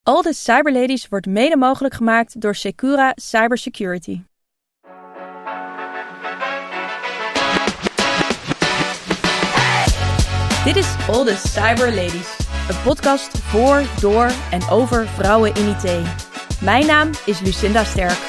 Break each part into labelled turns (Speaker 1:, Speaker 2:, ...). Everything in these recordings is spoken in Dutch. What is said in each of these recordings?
Speaker 1: All the Cyberladies wordt mede mogelijk gemaakt door Secura Cybersecurity. Dit is All the Cyberladies, een podcast voor, door en over vrouwen in IT. Mijn naam is Lucinda Sterk.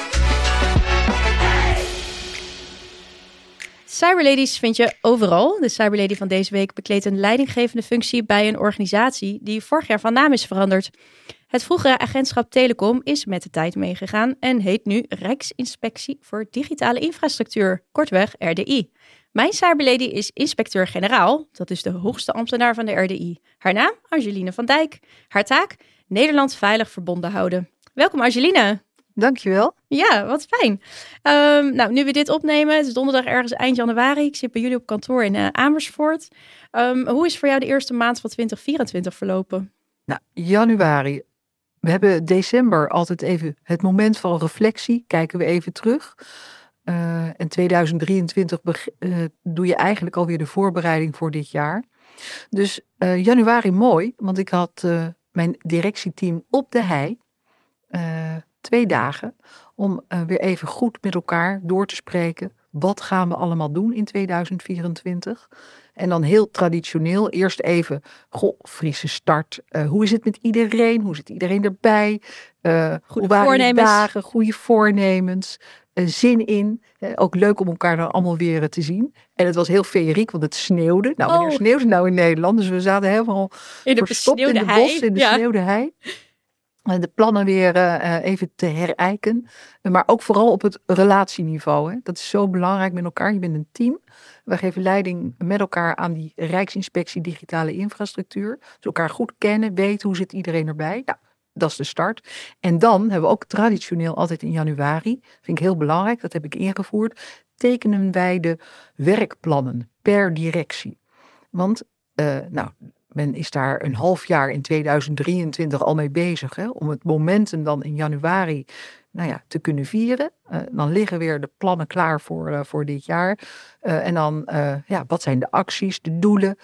Speaker 1: Cyberladies vind je overal. De Cyberlady van deze week bekleedt een leidinggevende functie bij een organisatie die vorig jaar van naam is veranderd. Het vroegere agentschap Telecom is met de tijd meegegaan en heet nu Rijksinspectie voor Digitale Infrastructuur, kortweg RDI. Mijn Cyberlady is inspecteur-generaal, dat is de hoogste ambtenaar van de RDI. Haar naam, Angeline van Dijk. Haar taak, Nederland veilig verbonden houden. Welkom Angeline.
Speaker 2: Dankjewel.
Speaker 1: Ja, wat fijn. Nu we dit opnemen, het is donderdag ergens eind januari. Ik zit bij jullie op kantoor in Amersfoort. Hoe is voor jou de eerste maand van 2024 verlopen?
Speaker 2: Nou, januari. We hebben december altijd even het moment van reflectie. Kijken we even terug. En 2023 doe je eigenlijk alweer de voorbereiding voor dit jaar. Dus januari mooi, want ik had mijn directieteam op de hei. 2 dagen om weer even goed met elkaar door te spreken. Wat gaan we allemaal doen in 2024? En dan heel traditioneel eerst even, frisse start. Hoe is het met iedereen? Hoe zit iedereen erbij?
Speaker 1: Goede voornemens.
Speaker 2: Dagen, goede voornemens. Zin in. Ook leuk om elkaar dan allemaal weer te zien. En het was heel feeriek, want het sneeuwde. Nou, wanneer sneeuwt het nou in Nederland? Dus we zaten helemaal verstopt in de bos, in de sneeuwde hei. De plannen weer even te herijken. Maar ook vooral op het relatieniveau. Hè. Dat is zo belangrijk met elkaar. Je bent een team. We geven leiding met elkaar aan die Rijksinspectie Digitale Infrastructuur. Dus elkaar goed kennen, weten hoe zit iedereen erbij. Nou, dat is de start. En dan hebben we ook traditioneel altijd in januari, vind ik heel belangrijk, dat heb ik ingevoerd, tekenen wij de werkplannen per directie. Want, men is daar een half jaar in 2023 al mee bezig. Hè, om het momentum dan in januari te kunnen vieren. Dan liggen weer de plannen klaar voor dit jaar. En dan, wat zijn de acties, de doelen?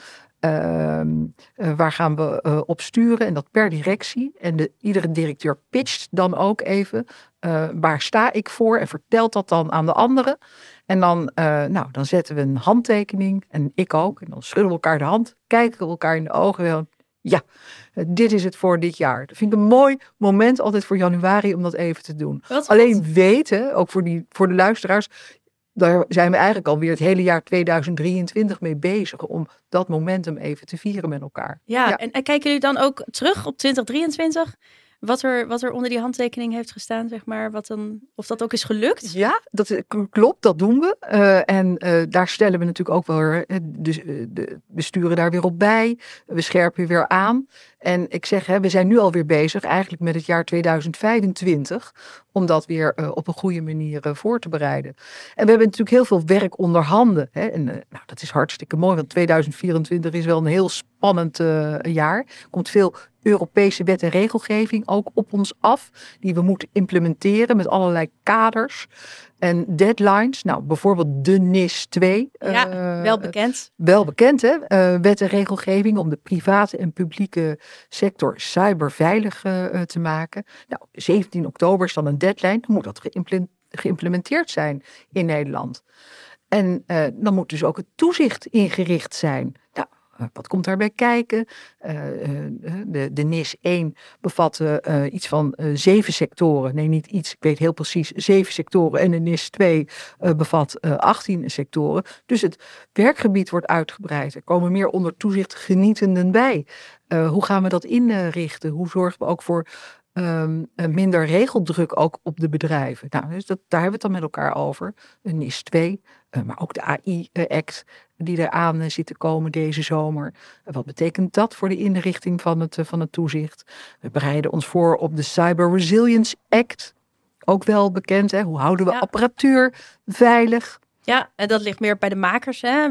Speaker 2: Waar gaan we op sturen? En dat per directie. En iedere directeur pitcht dan ook even. Waar sta ik voor? En vertelt dat dan aan de anderen. En dan zetten we een handtekening. En ik ook. En dan schudden we elkaar de hand. Kijken we elkaar in de ogen. En ja, dit is het voor dit jaar. Dat vind ik een mooi moment altijd voor januari om dat even te doen. Alleen weten, ook voor de luisteraars, daar zijn we eigenlijk alweer het hele jaar 2023 mee bezig. Om dat momentum even te vieren met elkaar.
Speaker 1: Ja. En kijken jullie dan ook terug op 2023? Wat er onder die handtekening heeft gestaan, zeg maar. Of dat ook is gelukt?
Speaker 2: Ja, dat klopt, dat doen we. En daar stellen we natuurlijk ook wel, we sturen daar weer op bij. We scherpen weer aan. En ik zeg, we zijn nu alweer bezig eigenlijk met het jaar 2025. Om dat weer op een goede manier voor te bereiden. En we hebben natuurlijk heel veel werk onder handen. Hè? En dat is hartstikke mooi, want 2024 is wel een heel spannend jaar. Er komt veel Europese wet en regelgeving ook op ons af. Die we moeten implementeren met allerlei kaders en deadlines. Nou, bijvoorbeeld de NIS 2.
Speaker 1: Wel bekend.
Speaker 2: Wel bekend, hè? Wet en regelgeving om de private en publieke sector cyberveilig te maken. Nou, 17 oktober is dan een deadline. Dan moet dat geïmplementeerd zijn in Nederland. En dan moet dus ook het toezicht ingericht zijn. Nou, wat komt daarbij kijken? De NIS 1 bevat iets van 7 sectoren. Nee, niet iets. Ik weet heel precies 7 sectoren. En de NIS 2 bevat 18 sectoren. Dus het werkgebied wordt uitgebreid. Er komen meer onder toezicht genietenden bij. Hoe gaan we dat inrichten? Hoe zorgen we ook voor minder regeldruk ook op de bedrijven? Nou, dus daar hebben we het dan met elkaar over. Een NIS 2, maar ook de AI-act die eraan zit te komen deze zomer. Wat betekent dat voor de inrichting van het toezicht? We bereiden ons voor op de Cyber Resilience Act. Ook wel bekend, hè? Hoe houden we apparatuur veilig?
Speaker 1: Ja, en dat ligt meer bij de makers, hè?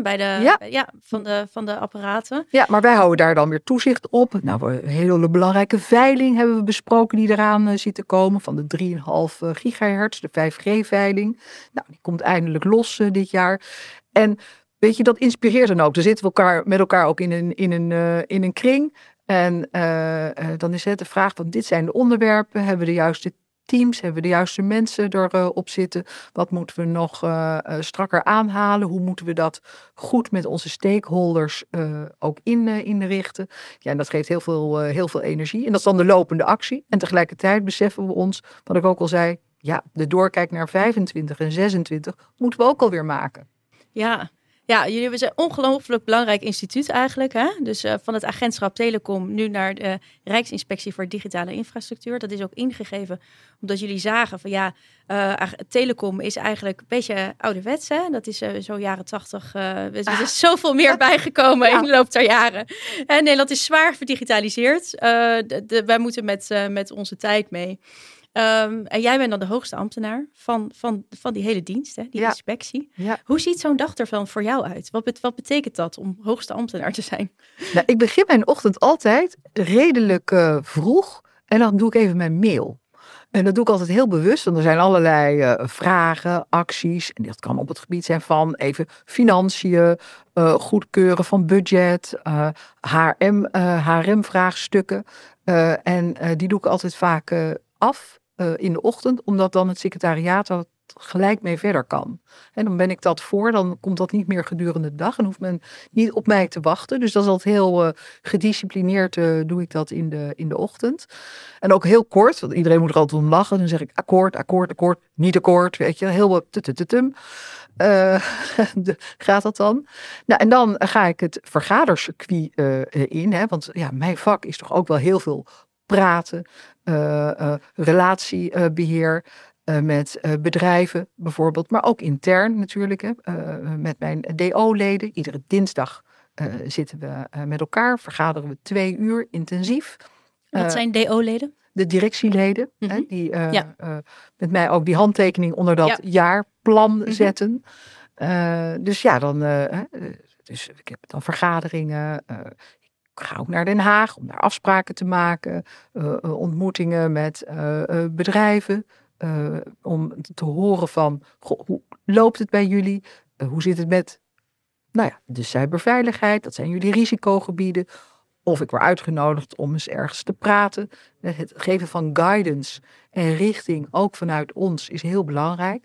Speaker 1: Van de apparaten.
Speaker 2: Ja, maar wij houden daar dan weer toezicht op. Nou, een hele belangrijke veiling hebben we besproken die eraan zit te komen. Van de 3,5 gigahertz, de 5G-veiling. Nou, die komt eindelijk los dit jaar. En weet je, dat inspireert dan ook. Dan zitten we met elkaar ook in een kring. En dan is het de vraag van dit zijn de onderwerpen. Hebben we de juiste teams? Hebben we de juiste mensen erop zitten? Wat moeten we nog strakker aanhalen? Hoe moeten we dat goed met onze stakeholders ook inrichten? Ja, en dat geeft heel veel energie. En dat is dan de lopende actie. En tegelijkertijd beseffen we ons, wat ik ook al zei, ja, de doorkijk naar 25 en 26 moeten we ook alweer maken.
Speaker 1: Ja, jullie hebben een ongelooflijk belangrijk instituut eigenlijk. Hè? Dus van het agentschap Telecom nu naar de Rijksinspectie voor Digitale Infrastructuur. Dat is ook ingegeven omdat jullie zagen van Telecom is eigenlijk een beetje ouderwets. Hè? Dat is zo jaren 80. Er is zoveel meer bijgekomen in de loop der jaren. En Nederland is zwaar verdigitaliseerd. Wij moeten met onze tijd mee. En jij bent dan de hoogste ambtenaar van die hele dienst, hè, die inspectie. Ja. Hoe ziet zo'n dag er dan voor jou uit? Wat betekent dat om hoogste ambtenaar te zijn?
Speaker 2: Nou, ik begin mijn ochtend altijd redelijk vroeg en dan doe ik even mijn mail. En dat doe ik altijd heel bewust, want er zijn allerlei vragen, acties. En dat kan op het gebied zijn van even financiën, goedkeuren van budget, HRM-vraagstukken. En die doe ik altijd vaak af in de ochtend, omdat dan het secretariaat dat gelijk mee verder kan. En dan ben ik dat voor, dan komt dat niet meer gedurende de dag en hoeft men niet op mij te wachten. Dus dat is altijd heel gedisciplineerd doe ik dat in de ochtend. En ook heel kort, want iedereen moet er altijd om lachen. Dan zeg ik akkoord, niet akkoord, weet je, heel wat gaat dat dan? Nou, en dan ga ik het vergadercircuit in, hè, want ja, mijn vak is toch ook wel heel veel praten, relatiebeheer met bedrijven bijvoorbeeld, maar ook intern natuurlijk, met mijn DO-leden. Iedere dinsdag zitten we met elkaar, vergaderen we 2 uur intensief.
Speaker 1: Wat zijn DO-leden?
Speaker 2: De directieleden, hè, die met mij ook die handtekening onder dat jaarplan zetten. Dus ja, dus ik heb dan vergaderingen. Ik ga ook naar Den Haag om daar afspraken te maken. Ontmoetingen met bedrijven. Om te horen van, hoe loopt het bij jullie? Hoe zit het met de cyberveiligheid? Dat zijn jullie risicogebieden. Of ik word uitgenodigd om eens ergens te praten. Het geven van guidance en richting, ook vanuit ons, is heel belangrijk.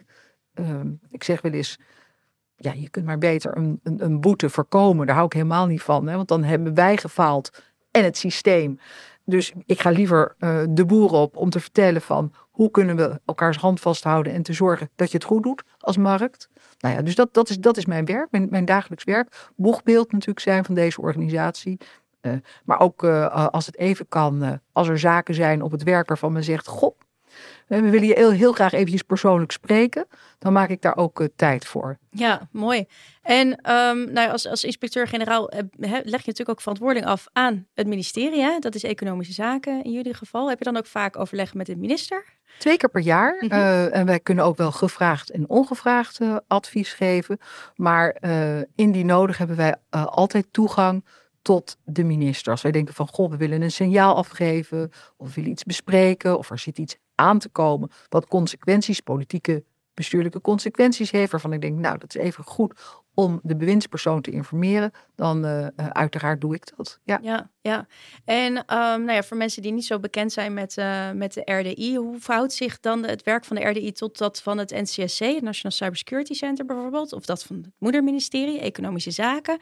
Speaker 2: Ik zeg wel eens, ja, je kunt maar beter een boete voorkomen. Daar hou ik helemaal niet van. Hè? Want dan hebben wij gefaald en het systeem. Dus ik ga liever de boeren op om te vertellen van hoe kunnen we elkaars hand vasthouden en te zorgen dat je het goed doet als markt. Nou ja, dus dat is mijn werk, mijn dagelijks werk. Boegbeeld natuurlijk zijn van deze organisatie. Maar ook als het even kan, als er zaken zijn op het werk waarvan men zegt, goh, we willen je heel graag eventjes persoonlijk spreken. Dan maak ik daar ook tijd voor.
Speaker 1: Ja, mooi. En als inspecteur-generaal leg je natuurlijk ook verantwoording af aan het ministerie. Hè? Dat is economische zaken in jullie geval. Heb je dan ook vaak overleg met de minister?
Speaker 2: 2 keer per jaar. En wij kunnen ook wel gevraagd en ongevraagd advies geven. Maar indien nodig hebben wij altijd toegang tot de minister. Als wij denken van, goh, we willen een signaal afgeven, of we willen iets bespreken, of er zit iets aan te komen wat consequenties, politieke, bestuurlijke consequenties heeft, waarvan ik denk, nou, dat is even goed om de bewindspersoon te informeren, dan uiteraard doe ik dat.
Speaker 1: Ja. En voor mensen die niet zo bekend zijn met de RDI, hoe verhoudt zich dan het werk van de RDI tot dat van het NCSC, het National Cybersecurity Center bijvoorbeeld, of dat van het moederministerie, Economische Zaken?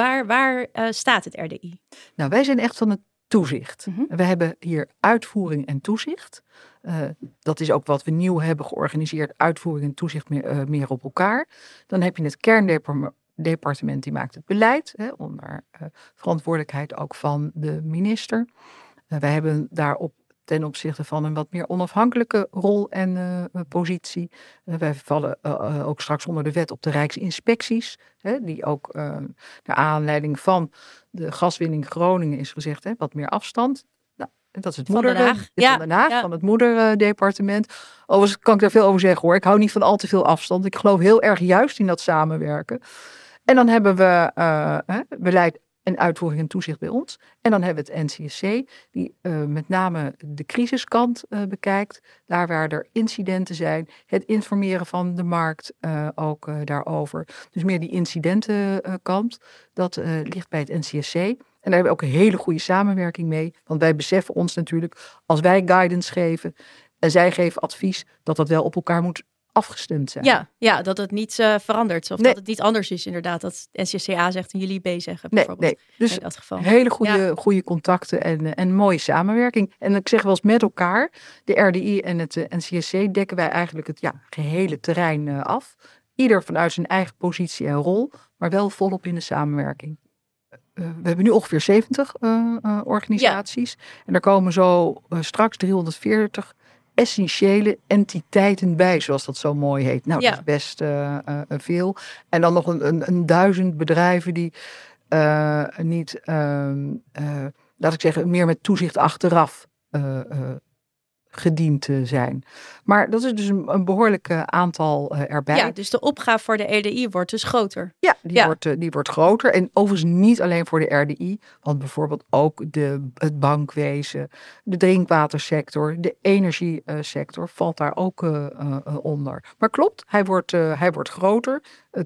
Speaker 1: Waar staat het RDI?
Speaker 2: Nou, wij zijn echt van het toezicht. We hebben hier uitvoering en toezicht. Dat is ook wat we nieuw hebben georganiseerd. Uitvoering en toezicht meer op elkaar. Dan heb je het kerndepartement, die maakt het beleid. Onder verantwoordelijkheid ook van de minister. Wij hebben daarop ten opzichte van een wat meer onafhankelijke rol en positie. Wij vallen ook straks onder de wet op de Rijksinspecties. Die ook naar aanleiding van de gaswinning Groningen is gezegd, wat meer afstand. Nou, dat is het
Speaker 1: van Den Haag.
Speaker 2: Van het moederdepartement. Overigens kan ik daar veel over zeggen hoor. Ik hou niet van al te veel afstand. Ik geloof heel erg juist in dat samenwerken. En dan hebben we beleid en uitvoering en toezicht bij ons. En dan hebben we het NCSC, die met name de crisiskant bekijkt. Daar waar er incidenten zijn. Het informeren van de markt ook daarover. Dus meer die incidentenkant. Dat ligt bij het NCSC. En daar hebben we ook een hele goede samenwerking mee. Want wij beseffen ons natuurlijk, als wij guidance geven en zij geven advies, dat wel op elkaar moet afgestemd zijn.
Speaker 1: Ja, dat het niet verandert. Of dat het niet anders is inderdaad. Dat NCCA zegt en jullie B zeggen bijvoorbeeld.
Speaker 2: Nee. Dus
Speaker 1: in dat geval.
Speaker 2: hele goede contacten en mooie samenwerking. En ik zeg wel eens met elkaar, de RDI en het NCSC dekken wij eigenlijk het gehele terrein af. Ieder vanuit zijn eigen positie en rol, maar wel volop in de samenwerking. We hebben nu ongeveer 70 organisaties. Ja. En er komen zo straks 340 essentiële entiteiten bij, zoals dat zo mooi heet. Nou, dat is best veel. En dan nog een 1000 bedrijven die niet, laat ik zeggen, meer met toezicht achteraf gediend zijn. Maar dat is dus een behoorlijk aantal erbij.
Speaker 1: Ja, dus de opgave voor de RDI wordt dus groter.
Speaker 2: Ja, die wordt groter. En overigens niet alleen voor de RDI, want bijvoorbeeld ook het bankwezen, de drinkwatersector, de energiesector valt daar ook onder. Maar klopt, hij wordt groter.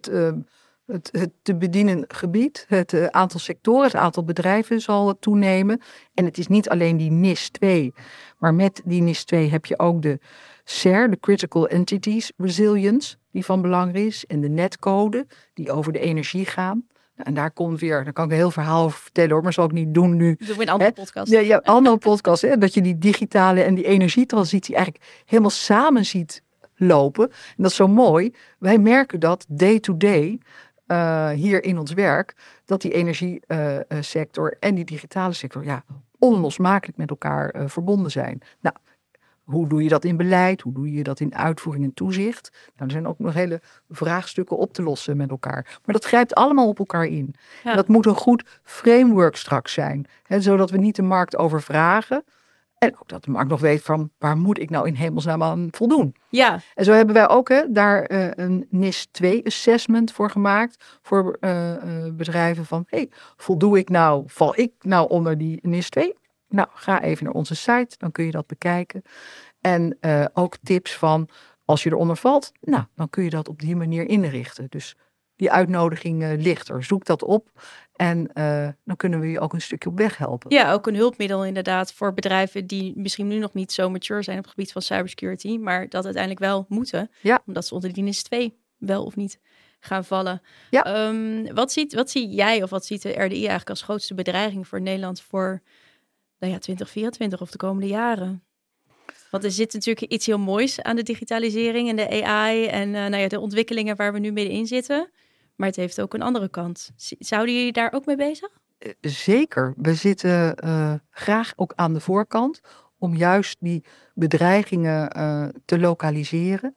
Speaker 2: Het te bedienen gebied, het aantal sectoren, het aantal bedrijven zal toenemen. En het is niet alleen die NIS 2, maar met die NIS 2 heb je ook de CER, de Critical Entities Resilience, die van belang is. En de netcode, die over de energie gaan. En daar kan ik een heel verhaal over vertellen hoor, maar dat zal ik niet doen nu.
Speaker 1: Dat doen we in een andere podcast.
Speaker 2: Ja, andere podcast, hè, dat je die digitale en die energietransitie eigenlijk helemaal samen ziet lopen. En dat is zo mooi. Wij merken dat day to day hier in ons werk, dat die energiesector en die digitale sector onlosmakelijk met elkaar verbonden zijn. Nou, hoe doe je dat in beleid? Hoe doe je dat in uitvoering en toezicht? Nou, er zijn ook nog hele vraagstukken op te lossen met elkaar. Maar dat grijpt allemaal op elkaar in. Ja. En dat moet een goed framework straks zijn. Hè, zodat we niet de markt overvragen. En ook dat de markt nog weet van waar moet ik nou in hemelsnaam aan voldoen.
Speaker 1: Ja.
Speaker 2: En zo hebben wij ook daar een NIS 2 assessment voor gemaakt. Voor bedrijven van val ik nou onder die NIS 2? Nou, ga even naar onze site, dan kun je dat bekijken. En ook tips van als je eronder valt, nou, dan kun je dat op die manier inrichten. Dus die uitnodiging ligt er. Zoek dat op en dan kunnen we je ook een stukje op weg helpen.
Speaker 1: Ja, ook een hulpmiddel inderdaad voor bedrijven die misschien nu nog niet zo mature zijn op het gebied van cybersecurity, maar dat uiteindelijk wel moeten, omdat ze onder die NIS 2 wel of niet gaan vallen. Ja. Wat zie jij of wat ziet de RDI eigenlijk als grootste bedreiging voor Nederland voor 2024 of de komende jaren? Want er zit natuurlijk iets heel moois aan de digitalisering en de AI en de ontwikkelingen waar we nu middenin zitten. Maar het heeft ook een andere kant. Zouden jullie daar ook mee bezig?
Speaker 2: Zeker. We zitten graag ook aan de voorkant om juist die bedreigingen te lokaliseren.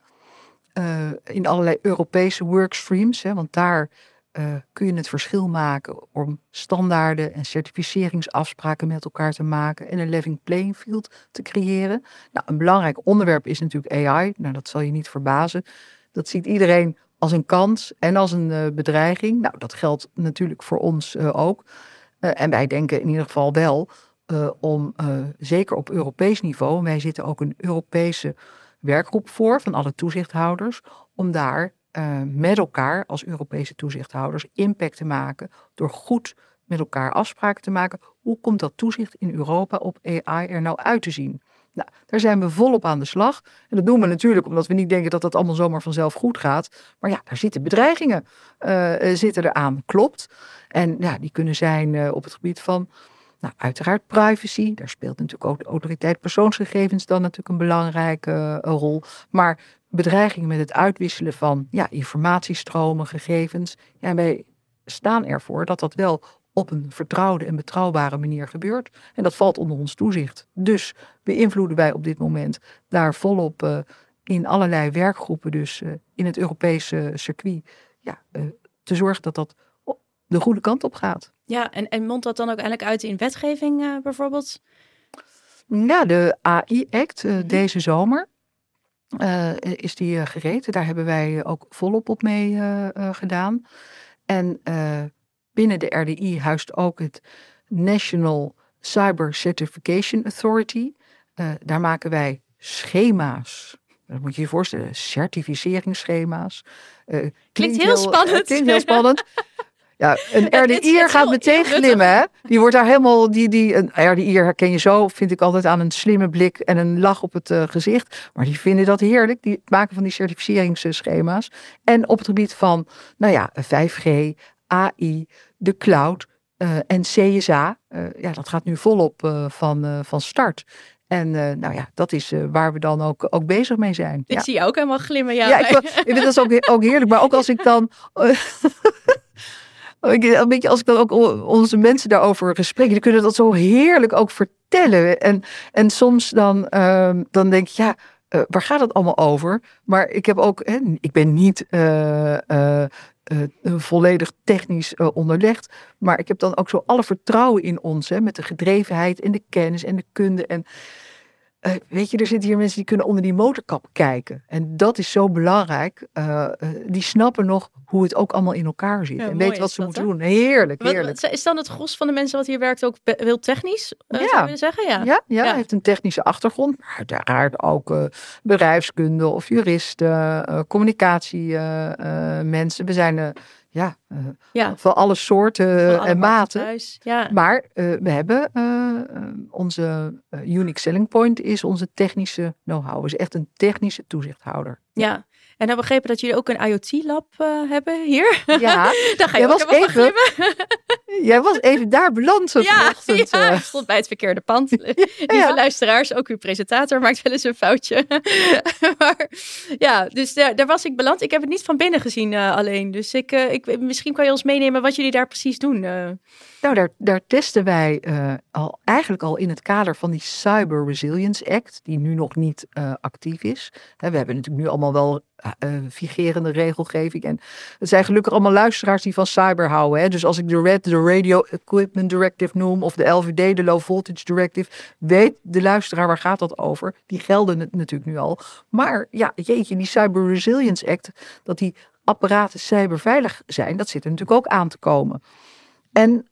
Speaker 2: In allerlei Europese workstreams. Want daar kun je het verschil maken om standaarden en certificeringsafspraken met elkaar te maken en een level playing field te creëren. Nou, een belangrijk onderwerp is natuurlijk AI. Nou, dat zal je niet verbazen. Dat ziet iedereen als een kans en als een bedreiging. Nou, dat geldt natuurlijk voor ons ook. En wij denken in ieder geval wel om, zeker op Europees niveau, en wij zitten ook een Europese werkgroep voor van alle toezichthouders, om daar met elkaar als Europese toezichthouders impact te maken door goed met elkaar afspraken te maken. Hoe komt dat toezicht in Europa op AI er nou uit te zien? Nou, daar zijn we volop aan de slag. En dat doen we natuurlijk omdat we niet denken dat dat allemaal zomaar vanzelf goed gaat. Maar ja, daar zitten bedreigingen zitten eraan. Klopt. En ja, die kunnen zijn op het gebied van, nou, uiteraard privacy. Daar speelt natuurlijk ook de autoriteit persoonsgegevens dan natuurlijk een belangrijke rol. Maar bedreigingen met het uitwisselen van informatiestromen, gegevens. Ja, en wij staan ervoor dat dat wel op een vertrouwde en betrouwbare manier gebeurt. En dat valt onder ons toezicht. Dus beïnvloeden wij op dit moment daar volop in allerlei werkgroepen, dus in het Europese circuit, te zorgen dat dat de goede kant op gaat.
Speaker 1: Ja, en mondt dat dan ook eigenlijk uit in wetgeving bijvoorbeeld?
Speaker 2: Ja, de AI-act deze zomer is die gereed. Daar hebben wij ook volop op mee gedaan. En binnen de RDI huist ook het National Cyber Certification Authority. Daar maken wij schema's. Dat moet je je voorstellen, certificeringsschema's.
Speaker 1: Klinkt heel spannend.
Speaker 2: Klinkt heel spannend. Ja, een RDI'er gaat meteen glimmen, hè? Die wordt daar helemaal... Een RDI'er herken je zo, vind ik altijd, aan een slimme blik en een lach op het gezicht. Maar die vinden dat heerlijk, die het maken van die certificeringsschema's. En op het gebied van, 5G, AI, de cloud en CSA. Dat gaat nu volop van start. En dat is waar we dan ook bezig mee zijn.
Speaker 1: Ik zie je ook helemaal glimmen.
Speaker 2: Ja, ik vind dat ook heerlijk. Maar ook als ik dan... een beetje als ik dan ook onze mensen daarover gesprek, die kunnen dat zo heerlijk ook vertellen. En soms dan denk ik, waar gaat het allemaal over? Maar ik heb ook, ik ben niet volledig technisch onderlegd, maar ik heb dan ook zo alle vertrouwen in ons, met de gedrevenheid en de kennis en de kunde. En weet je, er zitten hier mensen die kunnen onder die motorkap kijken. En dat is zo belangrijk. Die snappen nog hoe het ook allemaal in elkaar zit. En weten wat ze moeten doen. Heerlijk.
Speaker 1: Is dan het gros van de mensen wat hier werkt ook heel technisch? Zou je zeggen?
Speaker 2: Ja, heeft een technische achtergrond. Maar uiteraard ook bedrijfskunde of juristen, communicatiemensen. We zijn... van alle soorten en maten. Ja. Maar we hebben onze unique selling point is onze technische know-how. We zijn echt een technische toezichthouder.
Speaker 1: Ja. En dan begrepen dat jullie ook een IoT-lab hebben hier.
Speaker 2: Ja.
Speaker 1: Dan ga je ook even glimmen.
Speaker 2: Jij was even daar beland.
Speaker 1: Ja, stond bij het verkeerde pand. Lieve luisteraars, ook uw presentator maakt wel eens een foutje. Maar dus daar was ik beland. Ik heb het niet van binnen gezien alleen. Dus misschien kan je ons meenemen wat jullie daar precies doen.
Speaker 2: Daar testen wij eigenlijk al in het kader van die Cyber Resilience Act, die nu nog niet actief is. We hebben natuurlijk nu allemaal wel vigerende regelgeving. En het zijn gelukkig allemaal luisteraars die van cyber houden. Hè? Dus als ik de Radio Equipment Directive noem of de LVD, de Low Voltage Directive, weet de luisteraar waar gaat dat over. Die gelden het natuurlijk nu al. Maar die Cyber Resilience Act, dat die apparaten cyberveilig zijn, dat zit er natuurlijk ook aan te komen. En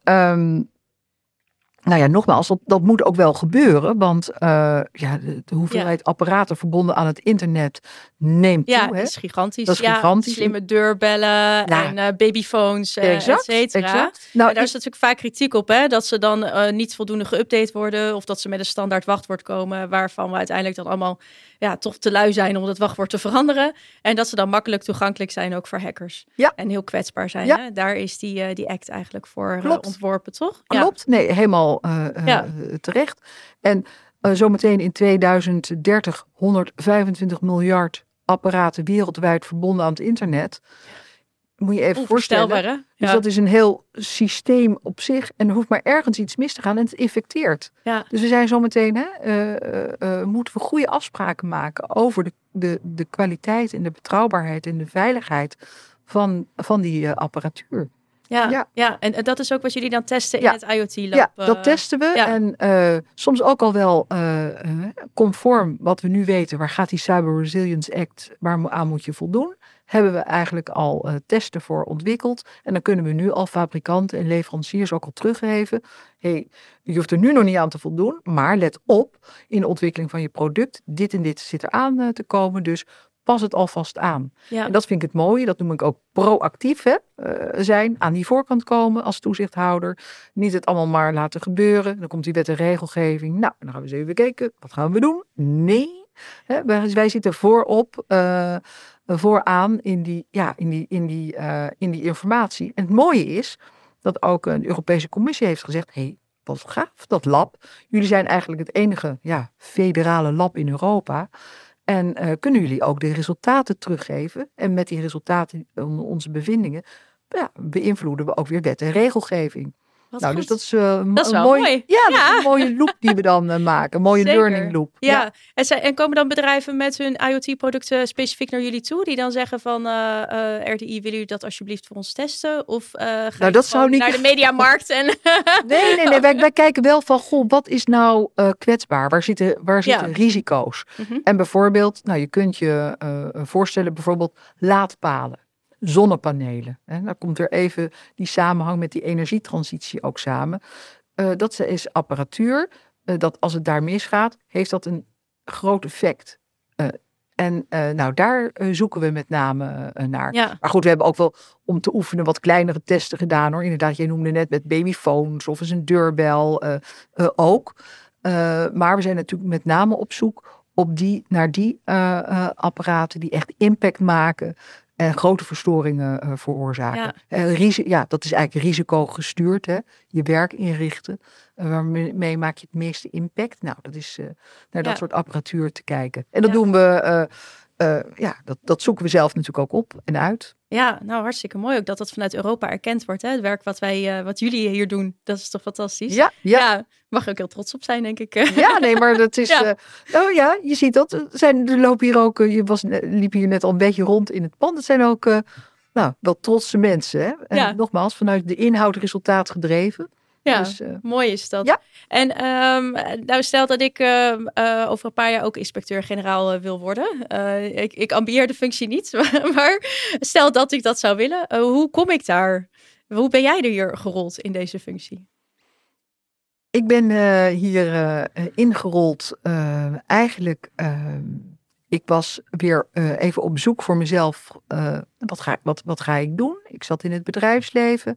Speaker 2: nogmaals, dat moet ook wel gebeuren, want de hoeveelheid apparaten verbonden aan het internet neemt toe.
Speaker 1: Ja, dat is gigantisch. Dat is gigantisch. Slimme deurbellen en babyphones, et cetera. Exact. En daar is natuurlijk vaak kritiek op, hè, dat ze dan niet voldoende geüpdate worden of dat ze met een standaard wachtwoord komen, waarvan we uiteindelijk dan allemaal toch te lui zijn om dat wachtwoord te veranderen. En dat ze dan makkelijk toegankelijk zijn ook voor hackers. Ja. En heel kwetsbaar zijn. Ja. Hè? Daar is die act eigenlijk voor ontworpen, toch?
Speaker 2: Klopt. Ja. Nee, helemaal terecht. En zometeen in 2030 125 miljard apparaten wereldwijd verbonden aan het internet. Moet je even voorstellen.
Speaker 1: Hè?
Speaker 2: Dus dat is een heel systeem op zich. En er hoeft maar ergens iets mis te gaan en het infecteert. Ja. Dus we zijn zometeen, moeten we goede afspraken maken over de kwaliteit en de betrouwbaarheid en de veiligheid van die apparatuur.
Speaker 1: Ja, en dat is ook wat jullie dan testen in het IoT-lab.
Speaker 2: Ja, dat testen we. Ja. En soms ook al wel conform wat we nu weten. Waar gaat die Cyber Resilience Act, waar aan moet je voldoen? Hebben we eigenlijk al testen voor ontwikkeld. En dan kunnen we nu al fabrikanten en leveranciers ook al teruggeven. Je hoeft er nu nog niet aan te voldoen. Maar let op, in de ontwikkeling van je product. Dit en dit zit eraan te komen. Dus pas het alvast aan. Ja. En dat vind ik het mooie. Dat noem ik ook proactief zijn. Aan die voorkant komen als toezichthouder. Niet het allemaal maar laten gebeuren. Dan komt die wet en regelgeving. Nou, dan gaan we eens even kijken. Wat gaan we doen? Nee. Wij zitten vooraan in die informatie. En het mooie is dat ook de Europese Commissie heeft gezegd, wat gaaf, dat lab. Jullie zijn eigenlijk het enige federale lab in Europa. En kunnen jullie ook de resultaten teruggeven? En met die resultaten, onze bevindingen, beïnvloeden we ook weer wet en regelgeving. Dus dat is mooi. Ja, dat is een mooie loop die we dan maken. Een mooie learning loop.
Speaker 1: Ja. En komen dan bedrijven met hun IoT-producten specifiek naar jullie toe? Die dan zeggen van RDI, willen jullie dat alsjeblieft voor ons testen? Of ga je naar de mediamarkt?
Speaker 2: Nee. Wij kijken wel van, wat is nou kwetsbaar? Waar zitten risico's? Mm-hmm. En bijvoorbeeld, je kunt je voorstellen, bijvoorbeeld laadpalen. Zonnepanelen. Dan komt er even die samenhang met die energietransitie ook samen. Dat is apparatuur. Dat als het daar misgaat, heeft dat een groot effect. En daar zoeken we met name naar.
Speaker 1: Ja.
Speaker 2: Maar goed, we hebben ook wel om te oefenen wat kleinere testen gedaan hoor. Inderdaad, jij noemde net met babyfoons of eens een deurbel ook. Maar we zijn natuurlijk met name op zoek naar die apparaten die echt impact maken en grote verstoringen veroorzaken. Dat is eigenlijk risicogestuurd. Hè? Je werk inrichten. Waarmee maak je het meeste impact? Nou, dat is naar dat soort apparatuur te kijken. En dat doen we... dat zoeken we zelf natuurlijk ook op en uit.
Speaker 1: Ja, nou hartstikke mooi ook dat dat vanuit Europa erkend wordt. Hè? Het werk wat jullie hier doen, dat is toch fantastisch? Ja, mag je ook heel trots op zijn, denk ik.
Speaker 2: Ja, nee, maar dat is... je ziet dat. Er lopen hier ook... liep hier net al een beetje rond in het pand. Het zijn ook wel trotse mensen. Hè? En nogmaals, vanuit de inhoud resultaat gedreven.
Speaker 1: Ja, dus, mooi is dat. Ja. En nou stel dat ik over een paar jaar ook inspecteur-generaal wil worden. Ik ambieer de functie niet, maar stel dat ik dat zou willen. Hoe kom ik daar? Hoe ben jij er hier gerold in deze functie?
Speaker 2: Ik ben hier ingerold eigenlijk... ik was weer even op zoek voor mezelf. Wat ga ik doen? Ik zat in het bedrijfsleven...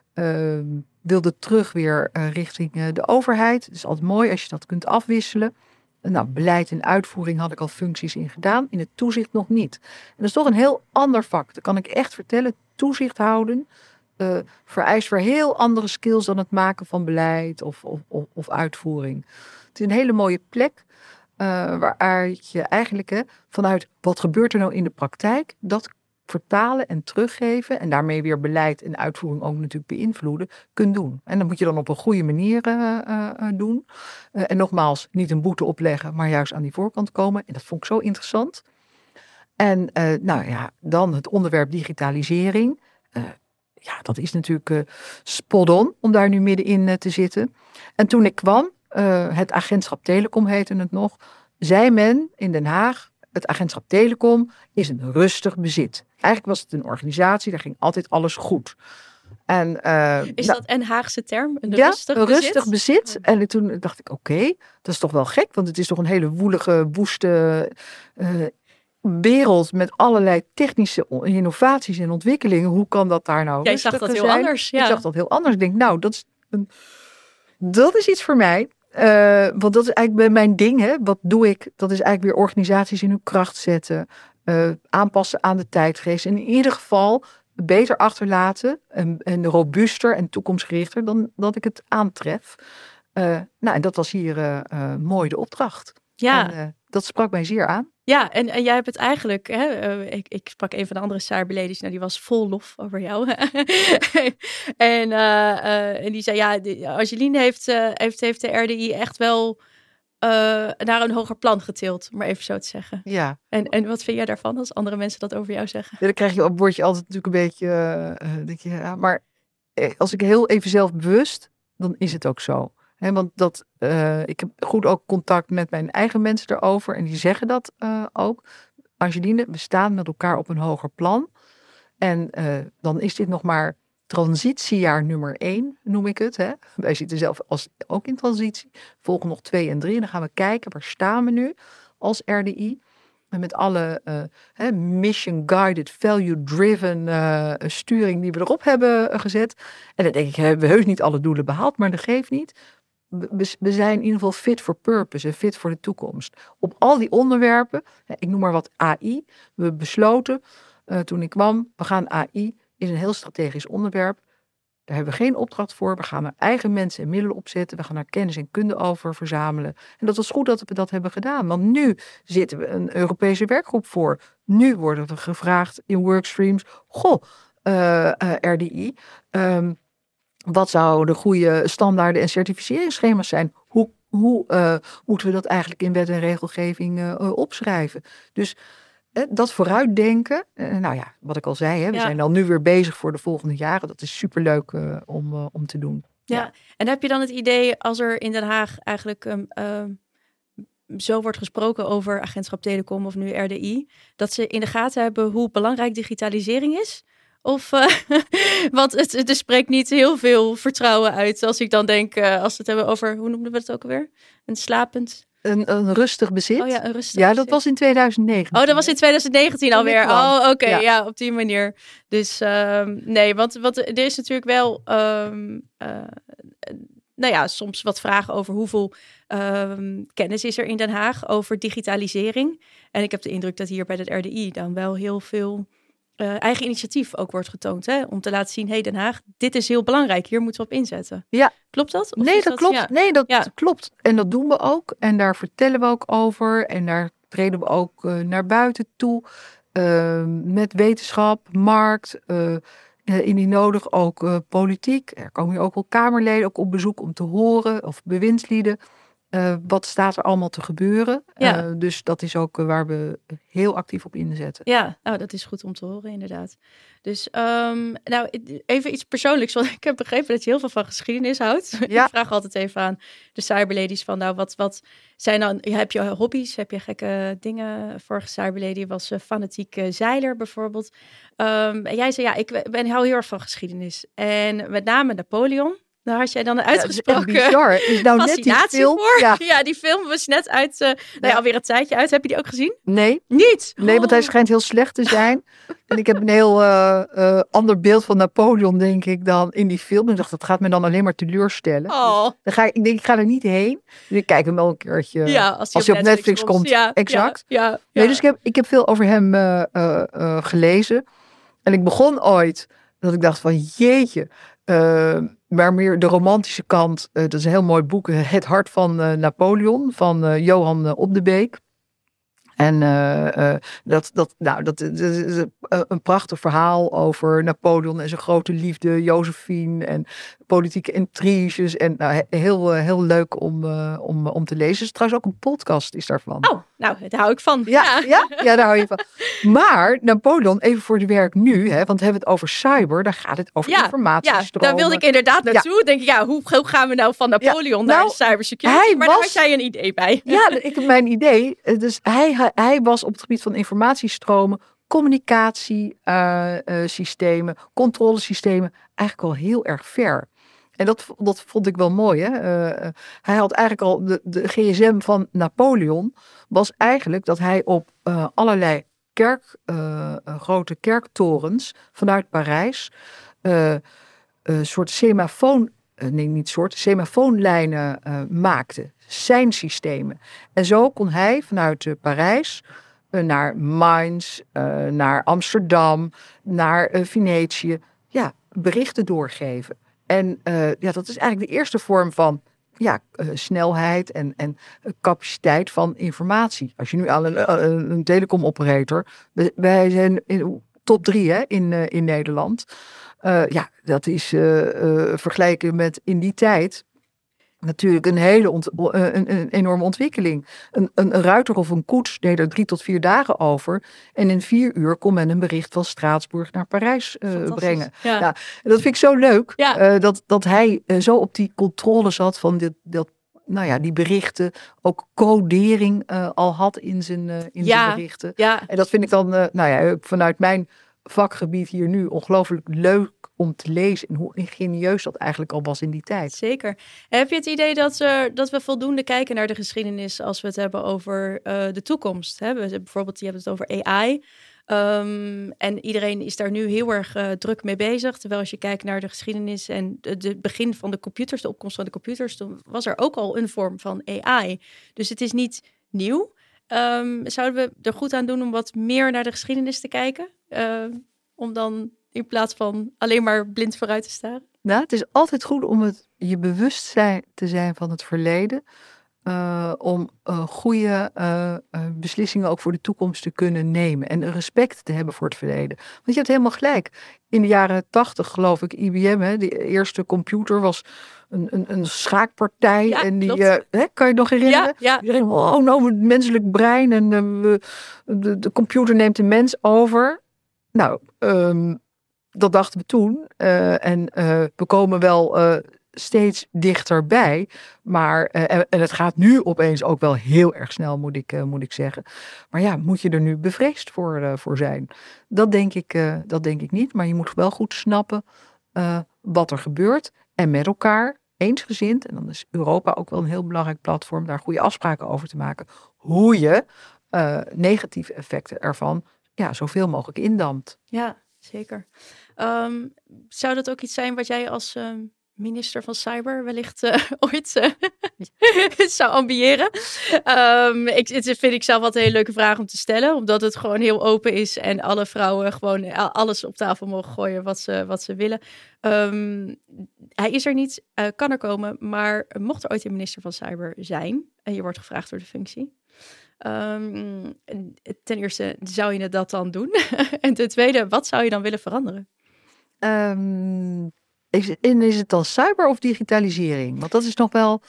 Speaker 2: wilde terug weer richting de overheid. Het is altijd mooi als je dat kunt afwisselen. Nou, beleid en uitvoering had ik al functies in gedaan. In het toezicht nog niet. En dat is toch een heel ander vak. Dat kan ik echt vertellen. Toezicht houden vereist weer heel andere skills dan het maken van beleid of uitvoering. Het is een hele mooie plek waar je eigenlijk vanuit wat gebeurt er nou in de praktijk, dat vertalen en teruggeven en daarmee weer beleid en uitvoering ook natuurlijk beïnvloeden, kunt doen. En dat moet je dan op een goede manier doen. En nogmaals, niet een boete opleggen, maar juist aan die voorkant komen. En dat vond ik zo interessant. En dan het onderwerp digitalisering. Dat is natuurlijk spot on om daar nu middenin te zitten. En toen ik kwam, het agentschap Telecom heette het nog, zei men in Den Haag, het agentschap Telecom is een rustig bezit. Eigenlijk was het een organisatie, daar ging altijd alles goed. En,
Speaker 1: is dat een Haagse term? Een
Speaker 2: rustig bezit. En toen dacht ik, oké, dat is toch wel gek, want het is toch een hele woelige, woeste wereld met allerlei technische innovaties en ontwikkelingen. Hoe kan dat daar nou
Speaker 1: Jij zag dat heel anders. Ja.
Speaker 2: Ik zag dat heel anders. Ik denk, nou, dat is iets voor mij. Want dat is eigenlijk mijn ding. Hè? Wat doe ik? Dat is eigenlijk weer organisaties in hun kracht zetten. Aanpassen aan de tijdgeest. En in ieder geval beter achterlaten. En robuuster en toekomstgerichter dan dat ik het aantref. En dat was hier mooi de opdracht.
Speaker 1: Ja.
Speaker 2: En, dat sprak mij zeer aan.
Speaker 1: Ja, en jij hebt het eigenlijk... ik sprak een van de andere cyberladies. Nou, die was vol lof over jou. en die zei... Angeline heeft de RDI echt wel naar een hoger plan getild. Om maar even zo te zeggen.
Speaker 2: Ja.
Speaker 1: En wat vind jij daarvan als andere mensen dat over jou zeggen?
Speaker 2: Ja, dan word je altijd natuurlijk een beetje... denk je, maar als ik heel even zelfbewust... dan is het ook zo. Want ik heb goed ook contact met mijn eigen mensen erover. En die zeggen dat ook. Angeline, we staan met elkaar op een hoger plan. En dan is dit nog maar transitiejaar nummer 1, noem ik het. Hè? Wij zitten zelf ook in transitie. Volgen nog 2 en 3. En dan gaan we kijken, waar staan we nu als RDI? En met alle mission-guided, value-driven sturing die we erop hebben gezet. En dan denk ik, hebben we heus niet alle doelen behaald, maar dat geeft niet. We zijn in ieder geval fit for purpose en fit voor de toekomst. Op al die onderwerpen, ik noem maar wat AI. We hebben besloten, toen ik kwam, we gaan AI, is een heel strategisch onderwerp. Daar hebben we geen opdracht voor. We gaan er eigen mensen en middelen opzetten. We gaan daar kennis en kunde over verzamelen. En dat was goed dat we dat hebben gedaan. Want nu zitten we een Europese werkgroep voor. Nu worden er gevraagd in workstreams. RDI. Wat zouden de goede standaarden en certificeringsschema's zijn? Hoe moeten we dat eigenlijk in wet en regelgeving opschrijven? Dus dat vooruitdenken. Wat ik al zei, we zijn al nu weer bezig voor de volgende jaren. Dat is superleuk om te doen.
Speaker 1: Ja, en heb je dan het idee als er in Den Haag eigenlijk zo wordt gesproken over agentschap Telecom of nu RDI, dat ze in de gaten hebben hoe belangrijk digitalisering is? Of, want het spreekt niet heel veel vertrouwen uit als ik dan denk, als we het hebben over, hoe noemden we het ook alweer? Een slapend
Speaker 2: Een rustig bezit.
Speaker 1: Oh ja, een rustig
Speaker 2: bezit. Dat was in 2019.
Speaker 1: Oh, dat was in 2019 alweer. Oh, oké. Ja, op die manier. Dus nee, want er is natuurlijk wel... soms wat vragen over hoeveel kennis is er in Den Haag over digitalisering. En ik heb de indruk dat hier bij het RDI dan wel heel veel eigen initiatief ook wordt getoond. Hè? Om te laten zien, Den Haag, dit is heel belangrijk. Hier moeten we op inzetten.
Speaker 2: Ja.
Speaker 1: Klopt dat? Of
Speaker 2: nee, dat klopt. Ja. Nee, dat klopt. En dat doen we ook. En daar vertellen we ook over. En daar treden we ook naar buiten toe. Met wetenschap, markt... indien nodig ook politiek. Er komen hier ook wel Kamerleden ook op bezoek om te horen, of bewindslieden. Wat staat er allemaal te gebeuren? Ja. Dus dat is ook waar we heel actief op inzetten.
Speaker 1: Ja, nou dat is goed om te horen inderdaad. Dus even iets persoonlijks. Want ik heb begrepen dat je heel veel van geschiedenis houdt. Ja. Ik vraag altijd even aan de cyberladies van wat zijn dan... Heb je hobby's? Heb je gekke dingen? Vorige cyberlady was fanatiek zeiler bijvoorbeeld. En jij zei ik hou heel erg van geschiedenis. En met name Napoleon. Daar had jij dan een uitgesproken
Speaker 2: is nou net die film
Speaker 1: voor. Ja, die film was net uit, alweer een tijdje uit. Heb je die ook gezien?
Speaker 2: Nee.
Speaker 1: Niet?
Speaker 2: Nee, want hij schijnt heel slecht te zijn. En ik heb een heel ander beeld van Napoleon, denk ik, dan in die film. Ik dacht, dat gaat me dan alleen maar teleurstellen.
Speaker 1: Oh.
Speaker 2: Dus ik ga er niet heen. Dus ik kijk hem wel een keertje.
Speaker 1: Ja, als
Speaker 2: hij op Netflix komt. Ja, exact. Ja. Nee, dus ik heb veel over hem gelezen. En ik begon ooit dat ik dacht van jeetje... maar meer de romantische kant. Dat is een heel mooi boek. Het hart van Napoleon. Van Johan Op de Beek. En dat is een prachtig verhaal over Napoleon en zijn grote liefde, Josephine en politieke intriges. En heel leuk om te lezen. Dus trouwens ook een podcast is daarvan.
Speaker 1: Oh, nou, daar hou ik van.
Speaker 2: Ja, daar hou je van. Maar Napoleon, even voor de werk nu, want we hebben het over cyber, daar gaat het over informatiestromen.
Speaker 1: Ja, daar wilde ik inderdaad naartoe. Ja. Denk ik, hoe gaan we nou van Napoleon naar cybersecurity? Maar daar had jij een idee bij.
Speaker 2: Ja, ik heb mijn idee. Dus hij was op het gebied van informatiestromen, communicatiesystemen, controlesystemen eigenlijk al heel erg ver. En dat vond ik wel mooi. Hè? Hij had eigenlijk al de gsm van Napoleon was eigenlijk dat hij op allerlei grote kerktorens vanuit Parijs soort semafoonlijnen maakte. Zijn systemen. En zo kon hij vanuit Parijs naar Mainz, naar Amsterdam, naar Venetië, berichten doorgeven. En dat is eigenlijk de eerste vorm van snelheid en capaciteit van informatie. Als je nu aan een telecomoperator, wij zijn in top 3 in Nederland. Dat is vergelijken met in die tijd natuurlijk een een enorme ontwikkeling. Een ruiter of een koets deed er 3 tot 4 dagen over. En in 4 uur kon men een bericht van Straatsburg naar Parijs brengen. Ja. En dat vind ik zo leuk. Ja. Dat hij zo op die controle zat van die berichten. Ook codering al had in zijn berichten. Ja. En dat vind ik dan vanuit mijn vakgebied hier nu ongelooflijk leuk om te lezen en hoe ingenieus dat eigenlijk al was in die tijd.
Speaker 1: Zeker. Heb je het idee dat we voldoende kijken naar de geschiedenis als we het hebben over de toekomst? Hè? Bijvoorbeeld, je hebt het over AI. En iedereen is daar nu heel erg druk mee bezig. Terwijl als je kijkt naar de geschiedenis en het begin van de computers, de opkomst van de computers, toen was er ook al een vorm van AI. Dus het is niet nieuw. Zouden we er goed aan doen om wat meer naar de geschiedenis te kijken? Om dan in plaats van alleen maar blind vooruit te staren?
Speaker 2: Nou, het is altijd goed om je bewust te zijn van het verleden. Om goede beslissingen ook voor de toekomst te kunnen nemen. En respect te hebben voor het verleden. Want je hebt helemaal gelijk. In de jaren 80 geloof ik, IBM, de eerste computer was een schaakpartij. Ja, en die, kan je nog herinneren? Ja. Iedereen, het menselijk brein en de computer neemt de mens over. Nou, dat dachten we toen. En we komen wel steeds dichterbij. Maar, en het gaat nu opeens ook wel heel erg snel, moet ik zeggen. Maar moet je er nu bevreesd voor zijn? Dat denk ik niet. Maar je moet wel goed snappen wat er gebeurt. En met elkaar eensgezind, en dan is Europa ook wel een heel belangrijk platform, daar goede afspraken over te maken, hoe je negatieve effecten ervan zoveel mogelijk indampt.
Speaker 1: Ja, zeker. Zou dat ook iets zijn wat jij als minister van Cyber wellicht ooit zou ambiëren? Het vind ik zelf altijd een hele leuke vraag om te stellen, omdat het gewoon heel open is en alle vrouwen gewoon alles op tafel mogen gooien wat ze willen. Hij is er niet, kan er komen, maar mocht er ooit een minister van Cyber zijn en je wordt gevraagd door de functie, ten eerste, zou je dat dan doen? En ten tweede, wat zou je dan willen veranderen?
Speaker 2: Is het dan cyber of digitalisering? Want dat is nog wel...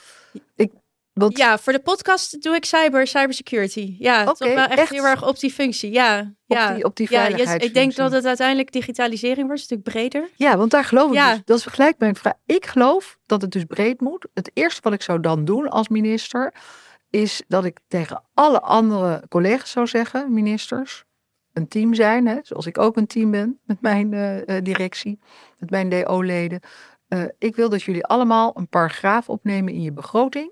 Speaker 1: Ja, voor de podcast doe ik cybersecurity. Ja, toch wel echt heel erg op die functie.
Speaker 2: Op die veiligheidsfunctie.
Speaker 1: Ik denk dat het uiteindelijk digitalisering wordt, een stuk breder.
Speaker 2: Ja, want daar geloof ik dus. Dat is gelijk mijn vraag. Ik geloof dat het dus breed moet. Het eerste wat ik zou dan doen als minister, is dat ik tegen alle andere collega's zou zeggen, ministers, een team zijn, hè, zoals ik ook een team ben met mijn directie, met mijn DO-leden. Ik wil dat jullie allemaal een paragraaf opnemen in je begroting,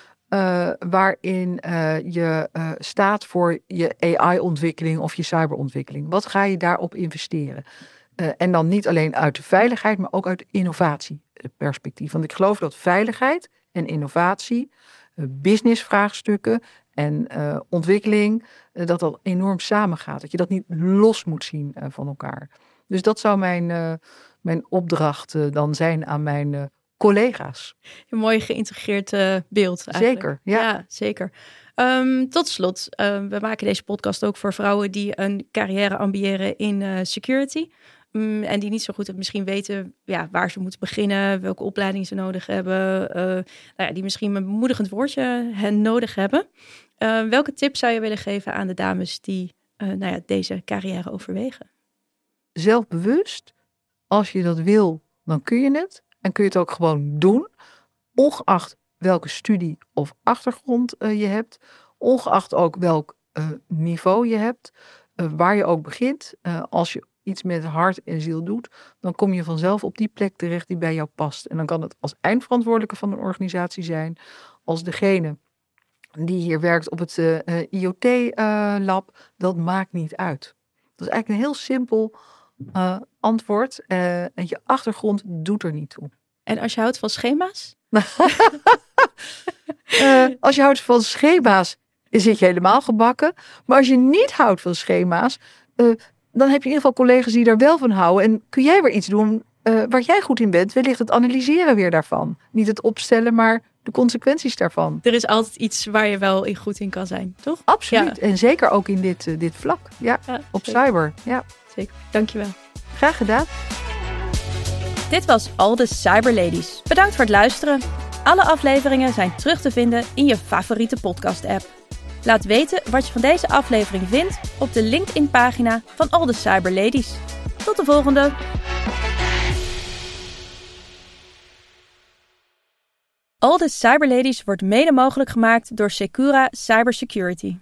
Speaker 2: waarin je staat voor je AI-ontwikkeling of je cyberontwikkeling. Wat ga je daarop investeren? En dan niet alleen uit de veiligheid, maar ook uit innovatieperspectief. Want ik geloof dat veiligheid en innovatie, businessvraagstukken en ontwikkeling, dat enorm samengaat. Dat je dat niet los moet zien van elkaar. Dus dat zou mijn opdracht dan zijn aan mijn collega's.
Speaker 1: Een mooi geïntegreerd beeld eigenlijk.
Speaker 2: Zeker, ja
Speaker 1: zeker. Tot slot, we maken deze podcast ook voor vrouwen die een carrière ambiëren in security. En die niet zo goed misschien weten waar ze moeten beginnen, welke opleiding ze nodig hebben. Die misschien een bemoedigend woordje nodig hebben. Welke tips zou je willen geven aan de dames die deze carrière overwegen?
Speaker 2: Zelfbewust. Als je dat wil, dan kun je het. En kun je het ook gewoon doen. Ongeacht welke studie of achtergrond je hebt. Ongeacht ook welk niveau je hebt. Waar je ook begint. Als je iets met hart en ziel doet, dan kom je vanzelf op die plek terecht die bij jou past. En dan kan het als eindverantwoordelijke van een organisatie zijn, als degene die hier werkt op het IoT-lab, dat maakt niet uit. Dat is eigenlijk een heel simpel antwoord. En je achtergrond doet er niet toe.
Speaker 1: En als je houdt van schema's?
Speaker 2: Als je houdt van schema's, zit je helemaal gebakken. Maar als je niet houdt van schema's, dan heb je in ieder geval collega's die daar wel van houden. En kun jij weer iets doen waar jij goed in bent. Wellicht het analyseren weer daarvan. Niet het opstellen, maar de consequenties daarvan.
Speaker 1: Er is altijd iets waar je wel goed in kan zijn, toch?
Speaker 2: Absoluut. Ja. En zeker ook in dit vlak. Ja, op zeker. Cyber. Ja.
Speaker 1: Zeker. Dankjewel.
Speaker 2: Graag gedaan.
Speaker 1: Dit was All the Cyber Ladies. Bedankt voor het luisteren. Alle afleveringen zijn terug te vinden in je favoriete podcast-app. Laat weten wat je van deze aflevering vindt op de LinkedIn-pagina van All the Cyber Ladies. Tot de volgende! All the Cyber Ladies wordt mede mogelijk gemaakt door Secura Cybersecurity.